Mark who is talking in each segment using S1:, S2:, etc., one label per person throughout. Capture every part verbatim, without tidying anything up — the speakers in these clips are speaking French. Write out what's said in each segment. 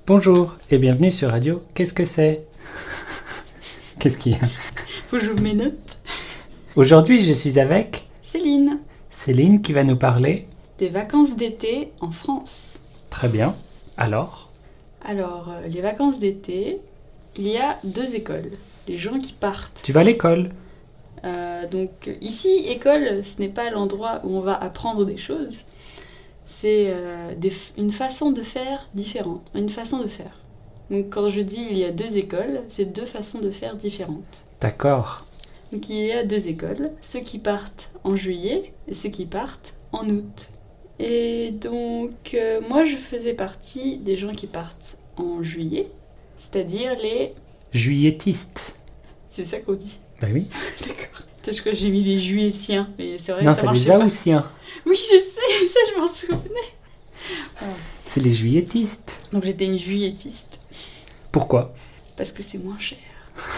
S1: Bonjour et bienvenue sur Radio Qu'est-ce que c'est? Qu'est-ce qu'il y a?
S2: Faut que j'ouvre mes notes.
S1: Aujourd'hui, je suis avec
S2: Céline.
S1: Céline qui va nous parler
S2: Des vacances d'été en France.
S1: Très bien. Alors?
S2: Alors, euh, les vacances d'été, il y a deux écoles. Les gens qui partent.
S1: Tu vas à l'école?
S2: Euh, donc ici, école, ce n'est pas l'endroit où on va apprendre des choses. C'est euh, des, une façon de faire différente. Une façon de faire. Donc quand je dis il y a deux écoles, c'est deux façons de faire différentes.
S1: D'accord.
S2: Donc il y a deux écoles, ceux qui partent en juillet et ceux qui partent en août. Et donc euh, moi je faisais partie des gens qui partent en juillet, c'est-à-dire les...
S1: Juilletistes.
S2: C'est ça qu'on dit.
S1: Ben oui.
S2: D'accord. Je crois que j'ai mis les juillétiens, mais c'est vrai
S1: Non,
S2: que ça
S1: c'est
S2: marchait
S1: les
S2: pas.
S1: Haussiens.
S2: Oui, je sais, ça je m'en souvenais. Ah.
S1: C'est les juilletistes.
S2: Donc j'étais une juillettiste,
S1: Pourquoi?
S2: parce que c'est moins cher.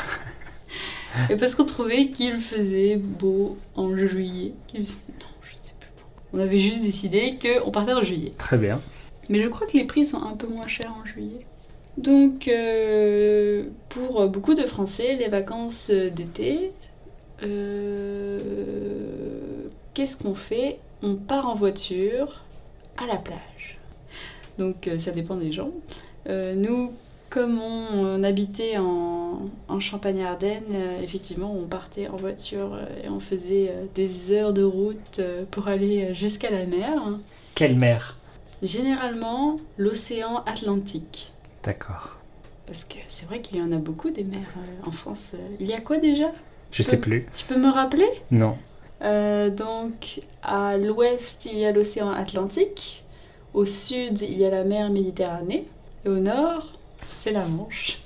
S2: Et parce qu'on trouvait qu'il faisait beau en juillet. Qu'il faisait... Non, je ne sais plus. On avait juste décidé qu'on partait en juillet.
S1: Très bien.
S2: Mais je crois que les prix sont un peu moins chers en juillet. Donc, euh, pour beaucoup de Français, les vacances d'été, euh, qu'est-ce qu'on fait? On part en voiture à la plage. Donc, ça dépend des gens. Euh, nous, comme on, on habitait en, en Champagne-Ardenne, euh, effectivement, on partait en voiture euh, et on faisait euh, des heures de route euh, pour aller jusqu'à la mer.
S1: Quelle mer?
S2: Généralement, l'océan Atlantique.
S1: D'accord.
S2: Parce que c'est vrai qu'il y en a beaucoup des mers euh, en France. Il y a quoi déjà?
S1: Je sais plus.
S2: Tu peux me rappeler?
S1: Non.
S2: Euh, donc, à l'ouest, il y a l'océan Atlantique. Au sud, il y a la mer Méditerranée. Et au nord, c'est la Manche.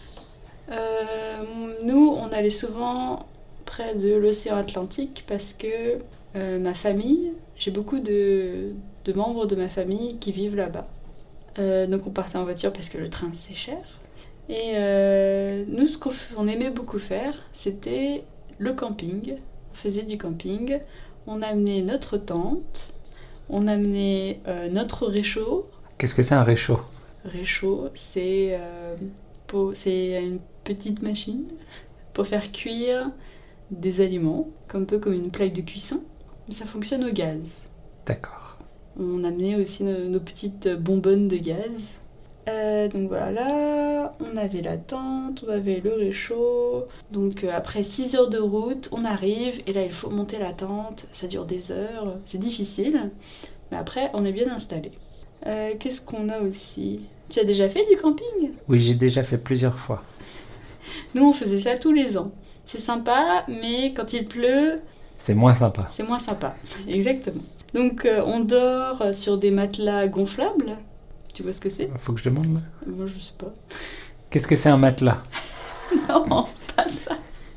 S2: Euh, nous, on allait souvent près de l'océan Atlantique parce que euh, ma famille, j'ai beaucoup de, de membres de ma famille qui vivent là-bas. Euh, donc on partait en voiture parce que le train c'est cher. Et euh, nous, ce qu'on on aimait beaucoup faire, c'était le camping. On faisait du camping. On amenait notre tente. On amenait euh, notre réchaud.
S1: Qu'est-ce que c'est un réchaud?
S2: Réchaud, c'est euh, pour- c'est une petite machine pour faire cuire des aliments, un peu comme une plaque de cuisson. Mais ça fonctionne au gaz.
S1: D'accord.
S2: On amenait aussi nos, nos petites bonbonnes de gaz. Euh, donc voilà, on avait la tente, on avait le réchaud. Donc euh, après six heures de route, on arrive et là il faut monter la tente. Ça dure des heures, c'est difficile. Mais après, on est bien installé. Euh, Qu'est-ce qu'on a aussi? Tu as déjà fait du camping?
S1: Oui, j'ai déjà fait plusieurs fois.
S2: Nous, on faisait ça tous les ans. C'est sympa, mais quand il pleut,
S1: C'est moins sympa.
S2: c'est moins sympa. Exactement. Donc euh, on dort sur des matelas gonflables. Tu vois ce que c'est?
S1: Faut que je demande là.
S2: Moi je sais pas.
S1: Qu'est-ce que c'est un matelas?
S2: Non, pas ça.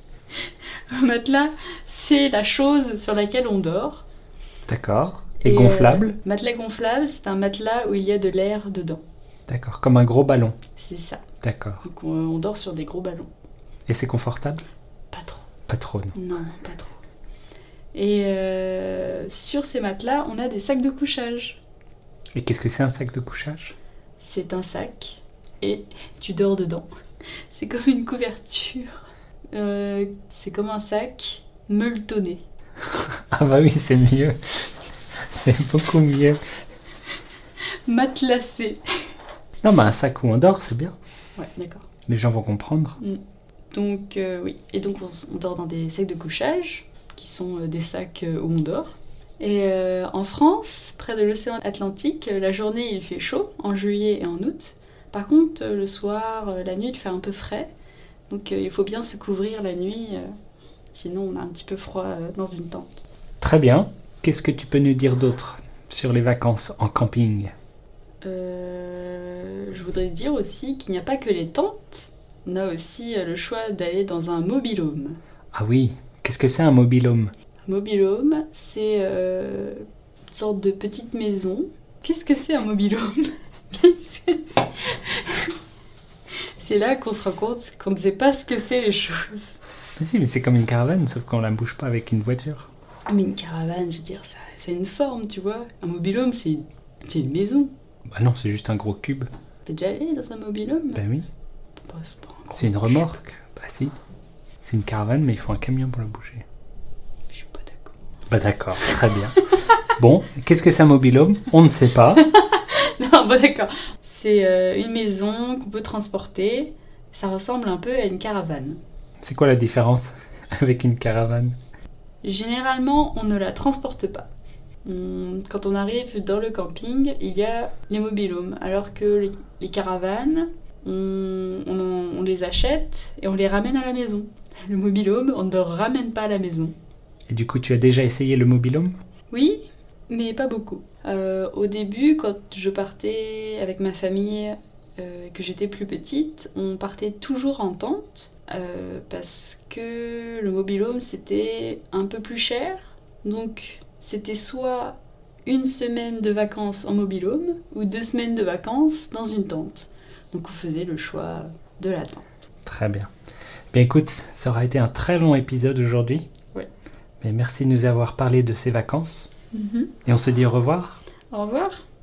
S2: Un matelas, c'est la chose sur laquelle on dort.
S1: D'accord. Et, gonflable?
S2: euh, matelas gonflable, c'est un matelas où il y a de l'air dedans.
S1: D'accord. Comme un gros ballon.
S2: C'est ça.
S1: D'accord.
S2: Donc on, on dort sur des gros ballons.
S1: Et c'est confortable?
S2: Pas trop.
S1: Pas trop, non.
S2: Non, pas trop. Et euh, sur ces matelas, on a des sacs de couchage.
S1: Et qu'est-ce que c'est un sac de couchage?
S2: C'est un sac et tu dors dedans. C'est comme une couverture. Euh, c'est comme un sac meuletonné.
S1: Ah bah oui, c'est mieux. C'est beaucoup mieux.
S2: Matelassé.
S1: Non, mais un sac où on dort, c'est bien.
S2: Ouais, d'accord.
S1: Les gens vont comprendre.
S2: Donc, euh, oui. Et donc, on, s- on dort dans des sacs de couchage, qui sont euh, des sacs euh, où on dort. Et euh, en France, près de l'océan Atlantique, euh, la journée, il fait chaud, en juillet et en août. Par contre, euh, le soir, euh, la nuit, il fait un peu frais. Donc, euh, il faut bien se couvrir la nuit, euh, sinon on a un petit peu froid euh, dans une tente.
S1: Très bien. Qu'est-ce que tu peux nous dire d'autre sur les vacances en camping?
S2: Euh, je voudrais dire aussi qu'il n'y a pas que les tentes. On a aussi euh, le choix d'aller dans un mobil-home.
S1: Ah oui. Qu'est-ce que c'est un mobil-home?
S2: Un mobil-home, c'est euh, une sorte de petite maison. Qu'est-ce que c'est un mobil-home? Qu'est-ce que- C'est là qu'on se rend compte qu'on ne sait pas ce que c'est les choses.
S1: Mais si, mais c'est comme une caravane, sauf qu'on la bouge pas avec une voiture.
S2: Ah mais une caravane, je veux dire, ça, c'est une forme, tu vois. Un mobil-home, c'est c'est une maison.
S1: Bah non, c'est juste un gros cube.
S2: T'es déjà allé dans un mobil-home?
S1: Ben oui.
S2: Bah, c'est pas un gros
S1: C'est une
S2: truc.
S1: remorque. Bah si. C'est une caravane, mais il faut un camion pour la bouger.
S2: Je suis pas d'accord.
S1: Bah d'accord, très bien. Bon, qu'est-ce que c'est un mobil-home? On ne sait pas.
S2: Non, bon d'accord. C'est euh, une maison qu'on peut transporter. Ça ressemble un peu à une caravane.
S1: C'est quoi la différence avec une caravane?
S2: Généralement, on ne la transporte pas. On- Quand on arrive dans le camping, il y a les mobil-homes, alors que les, les caravanes, on, on en- on les achète et on les ramène à la maison. Le mobil-home, on ne le ramène pas à la maison.
S1: Et du coup, tu as déjà essayé le mobil-home?
S2: Oui, mais pas beaucoup. Euh, au début, quand je partais avec ma famille, euh, que j'étais plus petite, on partait toujours en tente euh, parce que le mobil-home c'était un peu plus cher. Donc c'était soit une semaine de vacances en mobil-home ou deux semaines de vacances dans une tente. Donc on faisait le choix de la tente.
S1: Très bien. Bien écoute, ça aura été un très long épisode aujourd'hui.
S2: Ouais.
S1: Mais merci de nous avoir parlé de ces vacances.
S2: Mhm.
S1: Et on se dit au revoir.
S2: Au revoir.